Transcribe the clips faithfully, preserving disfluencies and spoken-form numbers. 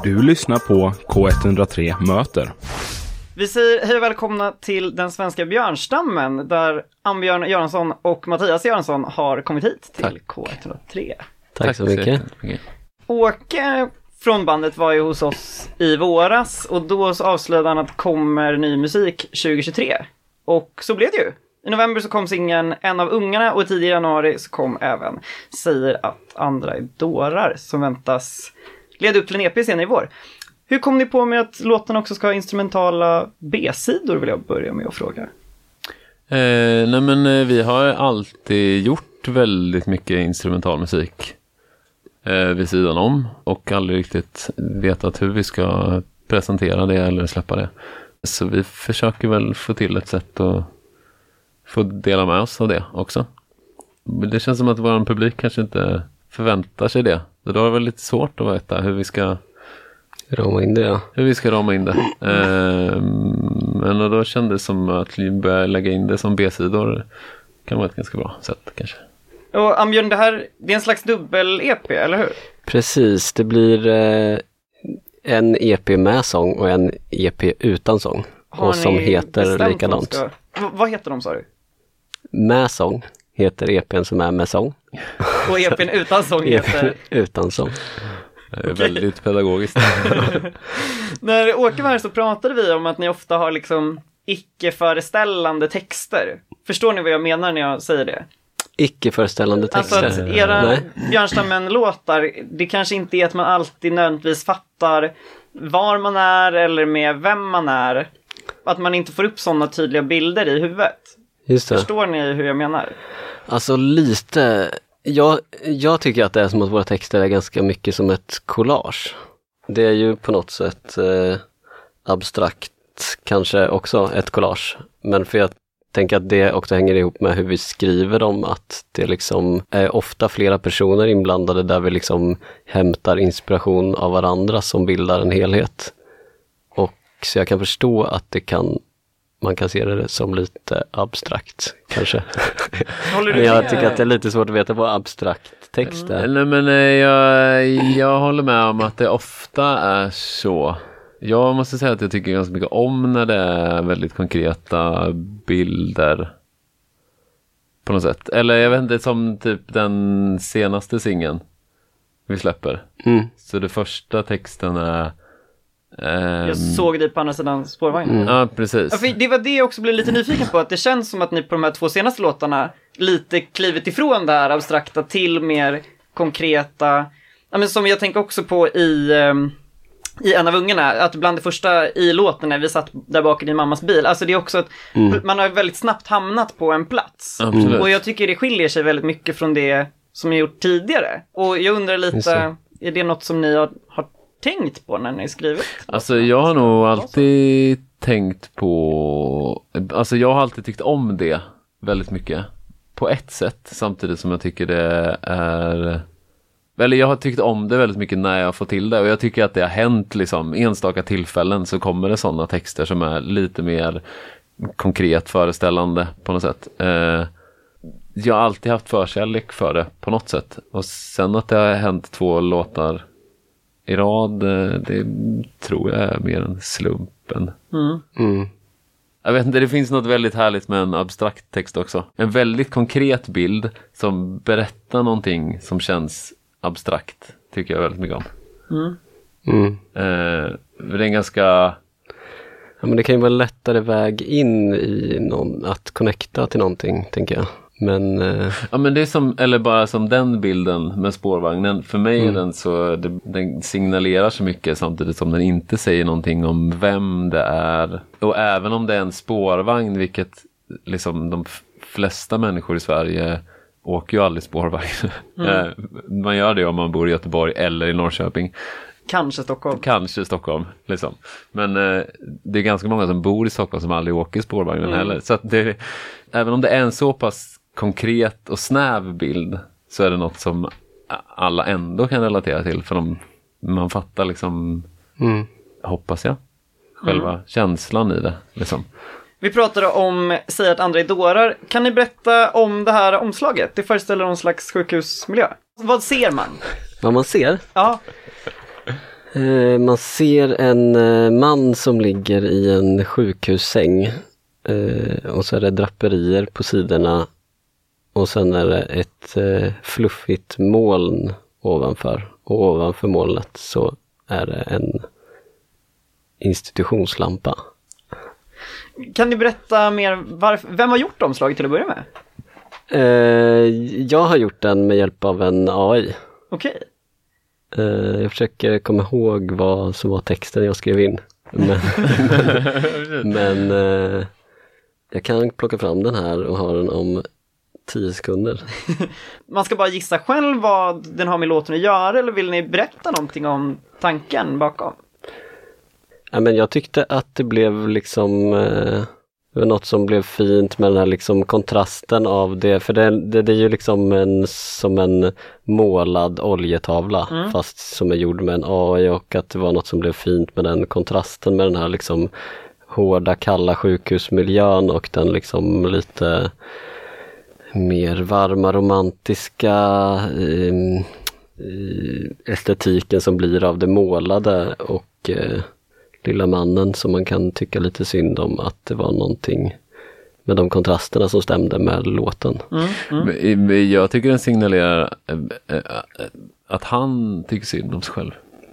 Du lyssnar på K ett noll tre Möter. Vi säger hej och välkomna till den svenska björnstammen där Ambjörn Göransson och Mattias Göransson har kommit hit till Tack. K ett noll tre. Tack, Tack så mycket. mycket. Åke från bandet var ju hos oss i våras och då så avslöjade han att det kommer ny musik tjugo tjugotre. Och så blev det ju. I november så kom singeln En av ungarna och tidigare i januari så kom även Säger att andra är dårar som väntas leda upp till en E P senare i vår. Hur kom ni på med att låten också ska ha instrumentala B-sidor, vill jag börja med att fråga. Eh, nej men eh, vi har alltid gjort väldigt mycket instrumental musik eh, vid sidan om och aldrig riktigt vetat hur vi ska presentera det eller släppa det. Så vi försöker väl få till ett sätt att få dela med oss av det också. Det känns som att vår publik kanske inte förväntar sig det. Det då är väl lite svårt att veta hur vi ska rama in det, ja. Hur vi ska rama in det. Eh, men då kändes det som att vi börjar lägga in det som B-sidor kan vara ett ganska bra sätt kanske. Och Ambjörn, det här det är en slags dubbel-E P, eller hur? Precis, det blir eh, en E P med sång och en E P utan sång. Har och som heter likadant. Ska... V- vad heter de, sa du? Med sång heter E P:n som är med sång. Och E P:n utan sång heter? Utan sång. Det är väldigt pedagogiskt. När Åke var här så pratade vi om att ni ofta har liksom icke-föreställande texter. Förstår ni vad jag menar när jag säger det? Icke-föreställande texter? Alltså att era Björnstammen-låtar, det kanske inte är att man alltid nödvändigtvis fattar var man är eller med vem man är. Att man inte får upp sådana tydliga bilder i huvudet. Just det. Förstår ni hur jag menar? Alltså lite... Jag, jag tycker att det är som att våra texter är ganska mycket som ett collage. Det är ju på något sätt eh, abstrakt, kanske också ett collage. Men för jag tänker att det också hänger ihop med hur vi skriver dem. Att det liksom är ofta flera personer inblandade där vi liksom hämtar inspiration av varandra som bildar en helhet. Och så jag kan förstå att det kan... Man kan se det som lite abstrakt, kanske. Håller du men jag med? tycker att det är lite svårt att veta vad abstrakt text är. Mm. Nej, men jag, jag håller med om att det ofta är så. Jag måste säga att jag tycker ganska mycket om när det är väldigt konkreta bilder. På något sätt. Eller jag vet inte, som typ den senaste singeln vi släpper. Mm. Så det första texten är... Um, jag såg dig på andra sidan spårvagnen. Mm. Ja, precis. Ja, för det var det jag också blev lite nyfiken på. Att det känns som att ni på de här två senaste låtarna lite klivit ifrån det här abstrakta till mer konkreta. Ja, men som jag tänker också på i, um, i En av ungarna. Att bland det första i låten när vi satt där bak i din mammas bil. Alltså det är också att mm. man har väldigt snabbt hamnat på en plats. Absolut. Och jag tycker det skiljer sig väldigt mycket från det som ni gjort tidigare. Och jag undrar lite, är det något som ni har, har tänkt på när ni skrivit? Alltså jag har nog alltid tänkt på, alltså jag har alltid tyckt om det väldigt mycket på ett sätt, samtidigt som jag tycker det är, eller jag har tyckt om det väldigt mycket när jag får till det, och jag tycker att det har hänt liksom enstaka tillfällen så kommer det sådana texter som är lite mer konkret föreställande på något sätt. Eh, jag har alltid haft förkärlek för det på något sätt, och sen att det har hänt två låtar i rad, det tror jag är mer en slumpen. Mm. Mm. Jag vet inte, det finns något väldigt härligt med en abstrakt text också. En väldigt konkret bild som berättar någonting som känns abstrakt, tycker jag väldigt mycket om. Mm. Mm. Eh, det är en ganska... Ja, men det kan ju vara lättare väg in i någon, att connecta till någonting, tänker jag. Men, eh... ja, men det är som, eller bara som den bilden med spårvagnen. För mig mm. är den så, det, den signalerar så mycket samtidigt som den inte säger någonting om vem det är. Och även om det är en spårvagn, vilket liksom de f- flesta människor i Sverige åker ju aldrig spårvagn. Mm. Man gör det om man bor i Göteborg eller i Norrköping. Kanske Stockholm. Kanske Stockholm, liksom. Men eh, det är ganska många som bor i Stockholm som aldrig åker spårvagnen mm. heller. Så att det, även om det är en så pass konkret och snäv bild, så är det något som alla ändå kan relatera till, för de, man fattar liksom mm. hoppas jag själva mm. känslan i det liksom. Vi pratade om Säger att andra är dårar. Kan ni berätta om det här omslaget? Det föreställer någon slags sjukhusmiljö. Vad ser man? Vad man ser? Ja. Eh, man ser en eh, man som ligger i en sjukhussäng. Eh, och så är det draperier på sidorna. Och sen är det ett eh, fluffigt moln ovanför. Och ovanför molnet så är det en institutionslampa. Kan ni berätta mer, varför, vem har gjort omslaget till att börja med? Eh, jag har gjort den med hjälp av en A I. Okej. Eh, jag försöker komma ihåg vad som var texten jag skrev in. Men, men eh, jag kan plocka fram den här och ha den om tio sekunder. Man ska bara gissa själv vad den har med låten att göra, eller vill ni berätta någonting om tanken bakom? Ja, men jag tyckte att det blev liksom eh, det var något som blev fint med den här liksom kontrasten av det, för det, det, det är ju liksom en, som en målad oljetavla mm. fast som är gjord med en A I, och att det var något som blev fint med den kontrasten med den här liksom hårda kalla sjukhusmiljön och den liksom lite mer varma romantiska eh, estetiken som blir av det målade, och eh, lilla mannen som man kan tycka lite synd om, att det var någonting med de kontrasterna som stämde med låten. Mm, mm. Jag tycker den signalerar att han tycker synd om sig själv.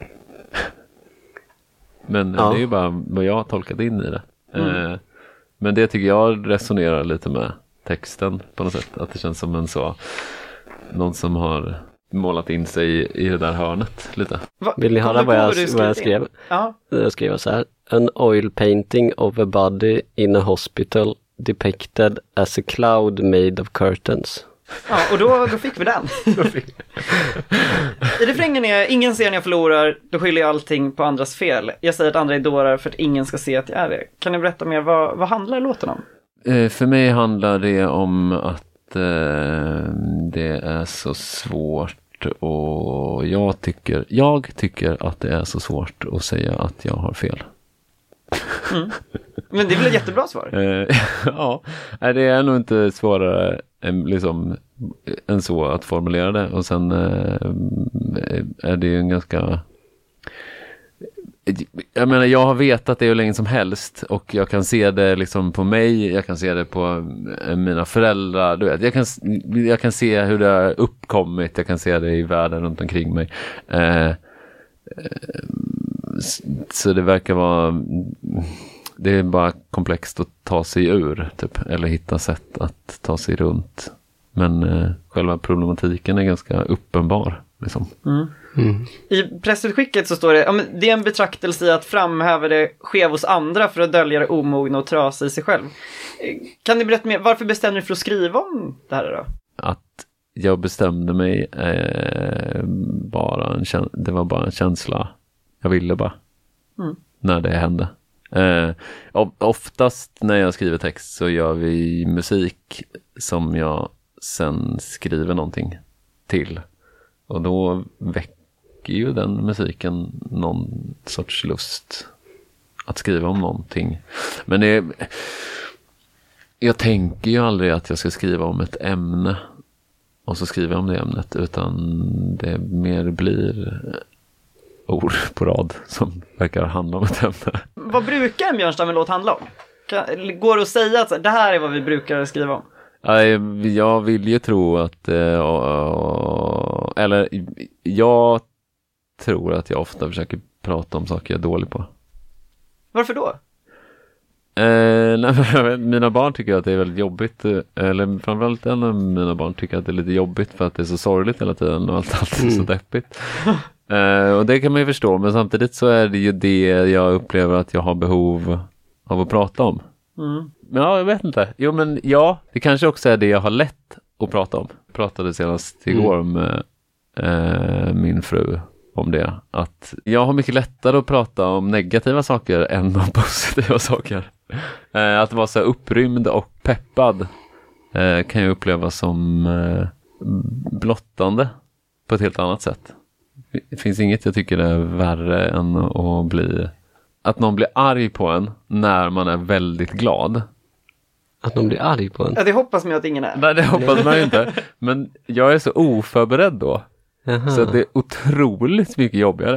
Men ja. Det är ju bara vad jag har tolkat in i det. Mm. Men det tycker jag resonerar lite med texten på något sätt. Att det känns som en så någon som har målat in sig i, i det där hörnet lite. Va? Vill ni höra vad jag, vad jag skrev? Ja. Jag skrev så här: An oil painting of a body in a hospital depicted as a cloud made of curtains. Ja, och då, då fick vi den. I refrängen är: ingen ser när jag förlorar, då skyller jag allting på andras fel. Jag säger att andra är dårar för att ingen ska se att jag är det. Kan ni berätta mer, vad, vad handlar låten om? Eh, för mig handlar det om att eh, det är så svårt, och jag tycker, jag tycker att det är så svårt att säga att jag har fel. Mm. Men det är väl ett jättebra svar? Eh, ja, det är nog inte svårare än, liksom, än så att formulera det. Och sen eh, är det ju en ganska... Jag menar, jag har vetat det hur länge som helst, och jag kan se det liksom på mig, jag kan se det på mina föräldrar, du vet, jag kan, jag kan se hur det har uppkommit, jag kan se det i världen runt omkring mig. Eh, så det verkar vara, det är bara komplext att ta sig ur typ, eller hitta sätt att ta sig runt. Men eh, själva problematiken är ganska uppenbar liksom. Mm. Mm. I pressutskicket så står det, ja, men det är en betraktelse i att framhäva det sker hos andra för att dölja det omogna och trasa i sig själv. Kan ni berätta mer, varför bestämde ni för att skriva om det här då? Att jag bestämde mig eh, bara en käns- det var bara en känsla. Jag ville bara mm. när det hände. Eh, oftast när jag skriver text så gör vi musik som jag sen skriver någonting till. Och då väcker ju den musiken någon sorts lust att skriva om någonting. Men det, jag tänker ju aldrig att jag ska skriva om ett ämne och så skriver jag om det ämnet, utan det mer blir ord på rad som verkar handla om ett ämne. Vad brukar en Björnstam-låt handla om? Går det att säga att det här är vad vi brukar skriva om? Jag vill ju tro att eller jag tror att jag ofta försöker prata om saker jag är dålig på. Varför då? Eh, nej, mina barn tycker att det är väldigt jobbigt, eller framförallt en av mina barn tycker att det är lite jobbigt för att det är så sorgligt hela tiden och allt, allt är så deppigt. eh, och det kan man ju förstå, men samtidigt så är det ju det jag upplever att jag har behov av att prata om. Mm. Ja, jag vet inte. Jo, men ja, det kanske också är det jag har lätt att prata om. Jag pratade senast igår mm. med eh, min fru om det. Att jag har mycket lättare att prata om negativa saker än om positiva saker. Eh, att vara så upprymd och peppad eh, kan jag uppleva som eh, blottande på ett helt annat sätt. Det finns inget jag tycker är värre än att bli... Att någon blir arg på en när man är väldigt glad. Att någon blir arg på en? Ja, det hoppas man ju att ingen är. Nej, det hoppas man ju inte. Men jag är så oförberedd då. Aha. Så det är otroligt mycket jobbigare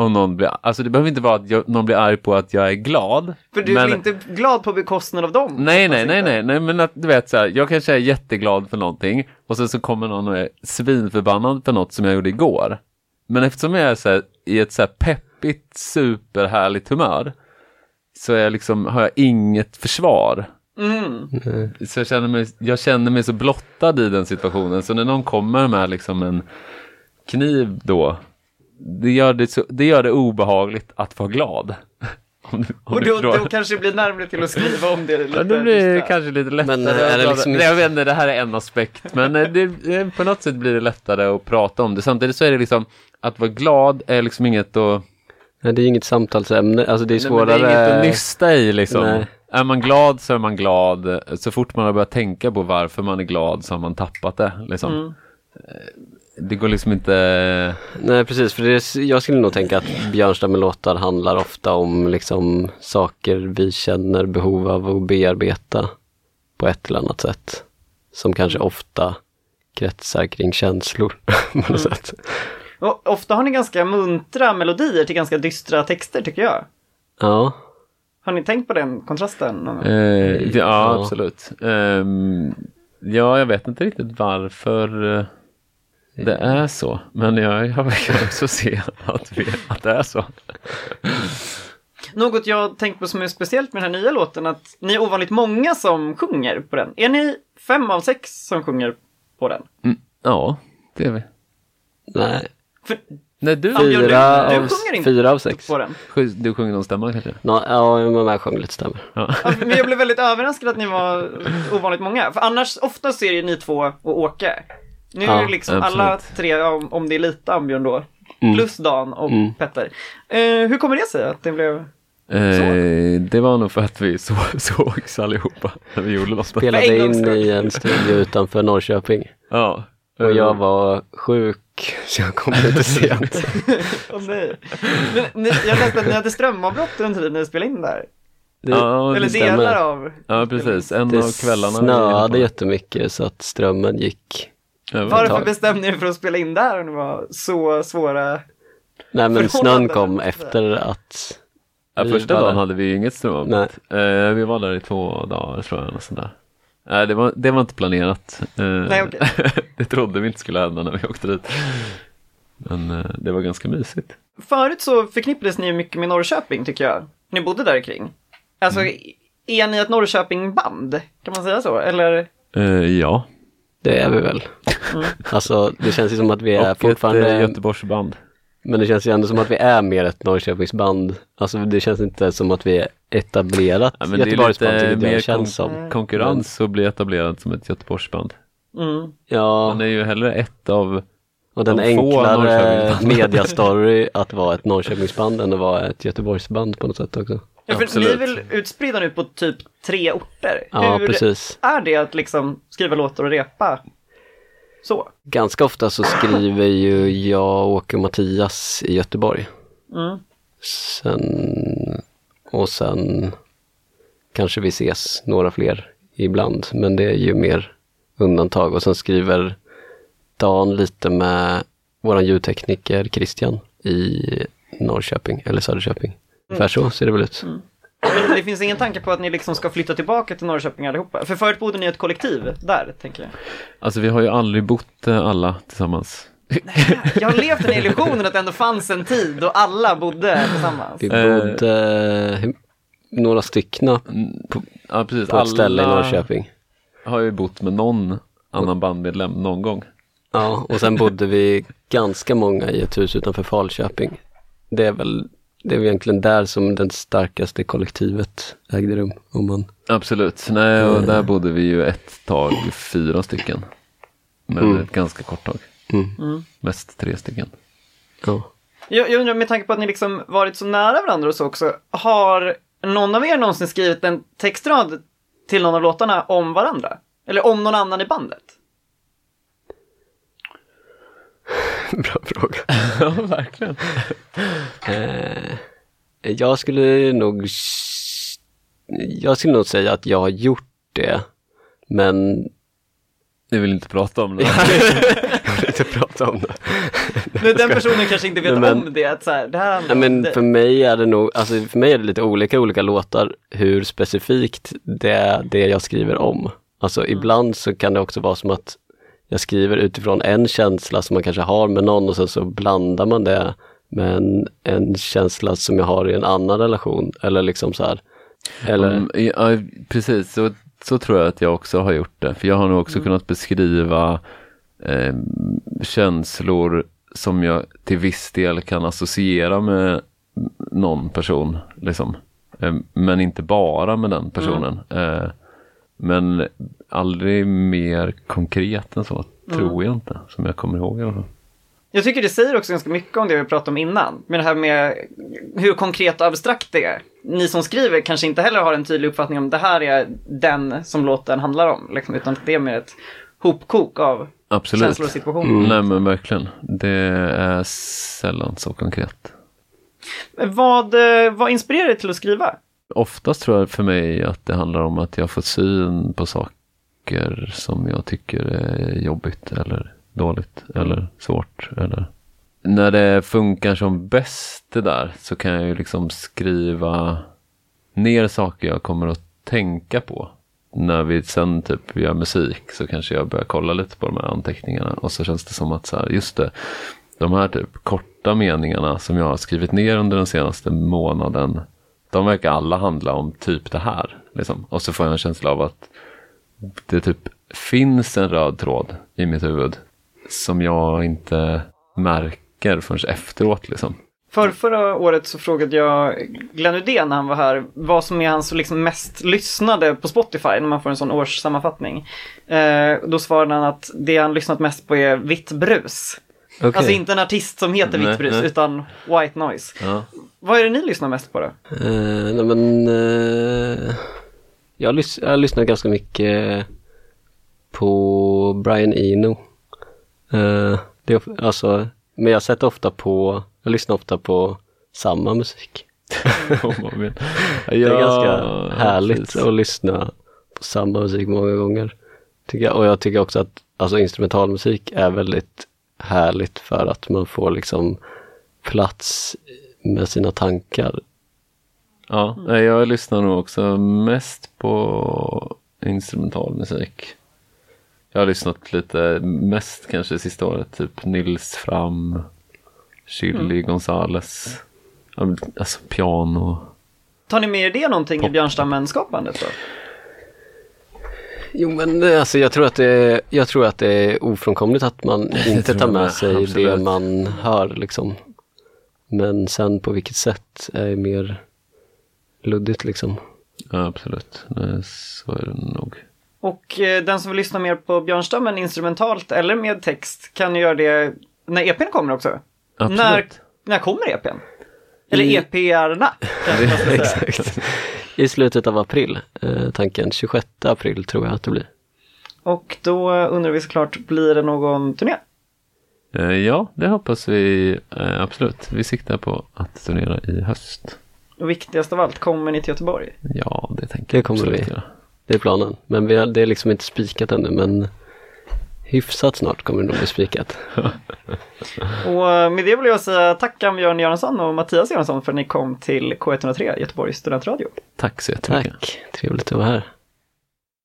om någon blir, alltså det behöver inte vara att jag, någon blir arg på att jag är glad. För du men, är väl inte glad på bekostnad av dem? Nej, nej, nej, nej, nej, men att du vet så här, jag kanske är jätteglad för någonting och sen så kommer någon och är svinförbannad för något som jag gjorde igår. Men eftersom jag är så här, i ett så här peppigt, superhärligt humör så är jag liksom, har jag inget försvar. Mm. Så jag känner, mig, jag känner mig så blottad i den situationen. Så när någon kommer med liksom en kniv då, det gör det, så, det gör det obehagligt att vara glad. Om du, om och du då, då kanske det blir närmare till att skriva om det lite. Ja, då blir det kanske lite lättare. Men är det liksom... Jag vet inte, det här är en aspekt. Men det, på något sätt blir det lättare att prata om det. Samtidigt så är det liksom, att vara glad är liksom inget att... Nej, det är inget samtalsämne. Alltså det är svårare... Nej, det är inget att nysta i liksom. Nej. Är man glad så är man glad. Så fort man har börjat tänka på varför man är glad så har man tappat det liksom. Mm. Det går liksom inte... Nej, precis. För det är, jag skulle nog tänka att Björnstammen-låtar handlar ofta om liksom saker vi känner behov av att bearbeta på ett eller annat sätt. Som kanske ofta kretsar kring känslor på något mm. sätt. Och ofta har ni ganska muntra melodier till ganska dystra texter, tycker jag. Ja. Har ni tänkt på den kontrasten? Eh, ja, ja, absolut. Eh, ja, jag vet inte riktigt varför... Eh... Det är så, men jag, jag kan också se att, vi, att det är så. Något jag tänkt på som är speciellt med den här nya låten, att ni är ovanligt många som sjunger på den. Är ni fem av sex som sjunger på den? Mm, ja, det är vi. Nej. För, Nej, du, fyra, du, du, av, du sjunger inte fyra av sex. På den. Du sjunger någon stämma kanske? No, ja, men jag sjunger lite stämmer. Ja. Ja, men jag blev väldigt överraskad att ni var ovanligt många. För annars, ofta ser ju ni två och Åke. Nu ja, är det liksom absolut. alla tre, om, om det är lite Ambjörn då, mm. plus Dan och mm. Petter. Eh, hur kommer det sig att det blev eh, så? Det var nog för att vi så, sågs allihopa när vi gjorde låten. Spelade in i en studio utanför Norrköping. Ja. Och jag var sjuk så jag kom lite sent. oh, nej. Men, ni, jag läste att ni hade strömavbrott under tiden när ni spelade in där. Det, ja, Eller stämmer. delar av. Ja, precis. En det av kvällarna. snöade jättemycket så att strömmen gick. Varför bestämde ni för att spela in där om det var så svåra? Nej, men snön kom efter att... Ja, första var dagen där. hade vi ju inget strömavbrott. Eh, vi var där i två dagar tror jag. Sånt där. Nej, det var, det var inte planerat. Eh, Nej, okay. Det trodde vi inte skulle hända när vi åkte dit. Men eh, det var ganska mysigt. Förut så förknippades ni mycket med Norrköping, tycker jag. Ni bodde där kring. Alltså, mm. är ni ett Norrköping-band? Kan man säga så? Eller? Eh, ja. Det är vi väl. Mm. Alltså, det känns ju som att vi är och fortfarande... ett eh, Göteborgsband. Men det känns ju ändå som att vi är mer ett Norrköpingsband. Alltså det känns inte som att vi är etablerat ja, men Göteborgsband. Det är lite mer det känns kon- som. konkurrens att bli etablerad som ett Göteborgsband. Mm. Ja. Man är ju hellre ett av och den de enklare mediastory att vara ett Norrköpingsband än att vara ett Göteborgsband på något sätt också. Ja, för absolut. ni är väl utspridda nu på typ tre orter. Ja, Hur precis. är det att liksom skriva låtar och repa? Så. Ganska ofta så skriver ju jag, Åke och Mattias i Göteborg. Mm. Sen, och sen kanske vi ses några fler ibland. Men det är ju mer undantag. Och sen skriver Dan lite med våran ljudtekniker Christian i Norrköping eller Söderköping. Ungefär så ser det väl ut. Mm. Men det finns ingen tanke på att ni liksom ska flytta tillbaka till Norrköping allihopa? För förut bodde ni i ett kollektiv där, tänker jag. Alltså vi har ju aldrig bott eh, alla tillsammans. Nej, jag har levt den illusionen att det ändå fanns en tid då alla bodde tillsammans. Vi bodde eh, några styckna på, ja, precis. på ett ställe i Norrköping. Har ju bott med någon annan bandmedlem någon gång. Ja, och sen bodde vi ganska många i ett hus utanför Falköping. Det är väl det är väl egentligen där som den starkaste kollektivet ägde rum. Om man... Absolut. Nej, och där bodde vi ju ett tag, fyra stycken. Men Mm. ett ganska kort tag. Mm. Mm. Mest tre stycken. Ja. Jag, jag undrar, med tanke på att ni liksom varit så nära varandra och så också, har någon av er någonsin skrivit en textrad till någon av låtarna om varandra? Eller om någon annan i bandet? Bra fråga. Ja, verkligen. eh, jag skulle nog jag skulle nog säga att jag har gjort det, men Jag vill inte prata om det. får inte prata om det. Men den personen kanske inte vet men, om det. Att så här, det här nej, men det. för mig är det nog, alltså för mig är det lite olika olika låtar hur specifikt det är det jag skriver om. Alltså mm. ibland så kan det också vara som att jag skriver utifrån en känsla som man kanske har med någon och sen så blandar man det med en, en känsla som jag har i en annan relation. Eller liksom så här. Eller... Um, ja, precis, så, så tror jag att jag också har gjort det. För jag har nog också mm. kunnat beskriva eh, känslor som jag till viss del kan associera med någon person. Liksom. Eh, men inte bara med den personen. Mm. Eh, men aldrig mer konkret än så, mm. tror jag inte. Som jag kommer ihåg i alla fall. Jag tycker det säger också ganska mycket om det vi pratade om innan. Med det här med hur konkret och abstrakt det är. Ni som skriver kanske inte heller har en tydlig uppfattning om det här är den som låten handlar om. Liksom, utan det är mer ett hopkok av Absolut. känslor och situationer. Mm. Nej men verkligen. Det är sällan så konkret. Vad, vad inspirerar dig till att skriva? Oftast tror jag för mig att det handlar om att jag får syn på saker som jag tycker är jobbigt eller dåligt eller svårt. Eller... När det funkar som bäst det där så kan jag ju liksom skriva ner saker jag kommer att tänka på. När vi sen typ gör musik så kanske jag börjar kolla lite på de här anteckningarna och så känns det som att så här, just det, de här typ korta meningarna som jag har skrivit ner under den senaste månaden, de verkar alla handla om typ det här. Liksom. Och så får jag en känsla av att det typ finns en röd tråd i mitt huvud som jag inte märker förrän efteråt liksom. För förra året så frågade jag Glenn Udén när han var här vad som är hans liksom mest lyssnade på Spotify när man får en sån årssammanfattning. Eh, då svarade han att det han lyssnat mest på är Vitt brus. Okay. Alltså inte en artist som heter nej, Vitt brus nej. Utan White Noise. Ja. Vad är det ni lyssnar mest på då? Uh, nej men uh, jag, lys- jag lyssnar ganska mycket på Brian Eno. Uh, det är, alltså, men jag sätter ofta på, jag lyssnar ofta på samma musik. Det är ganska härligt precis. Att lyssna på samma musik många gånger. Tycker jag. Och jag tycker också att alltså, instrumentalmusik är väldigt härligt för att man får liksom plats med sina tankar. Ja, jag lyssnar nog också mest på instrumentalmusik. Jag har lyssnat lite mest kanske sista året, typ Nils Fram, Chili mm. Gonzales, alltså piano. Tar ni med er det någonting pop. I Björnstammen-skapandet då? Jo men alltså jag tror att det, jag tror att det är ofrånkomligt att man inte tar med sig absolut. Det man hör liksom. Men sen på vilket sätt är mer luddigt liksom. Ja absolut, nej, så är det nog. Och eh, den som vill lyssna mer på Björnstammen instrumentalt eller med text kan ju göra det när E P:n kommer också. Absolut. När, när kommer E P:n? Eller I... E P-arna. Exakt. I slutet av april, eh, tanken tjugosjätte april tror jag att det blir. Och då undrar vi såklart, blir det någon turné? Eh, ja, det hoppas vi eh, absolut. Vi siktar på att turnera i höst. Och viktigast av allt, kommer ni till Göteborg? Ja, det tänker det kommer vi. Göra. Det är planen. Men vi har, det är liksom inte spikat ännu, men hyfsat snart kommer det nog bli spikat. Och med det vill jag säga tack Björn Göransson och Mattias Göransson för att ni kom till K etthundratre, Göteborgs studentradio. Tack så jättemycket. Tack, trevligt att vara här.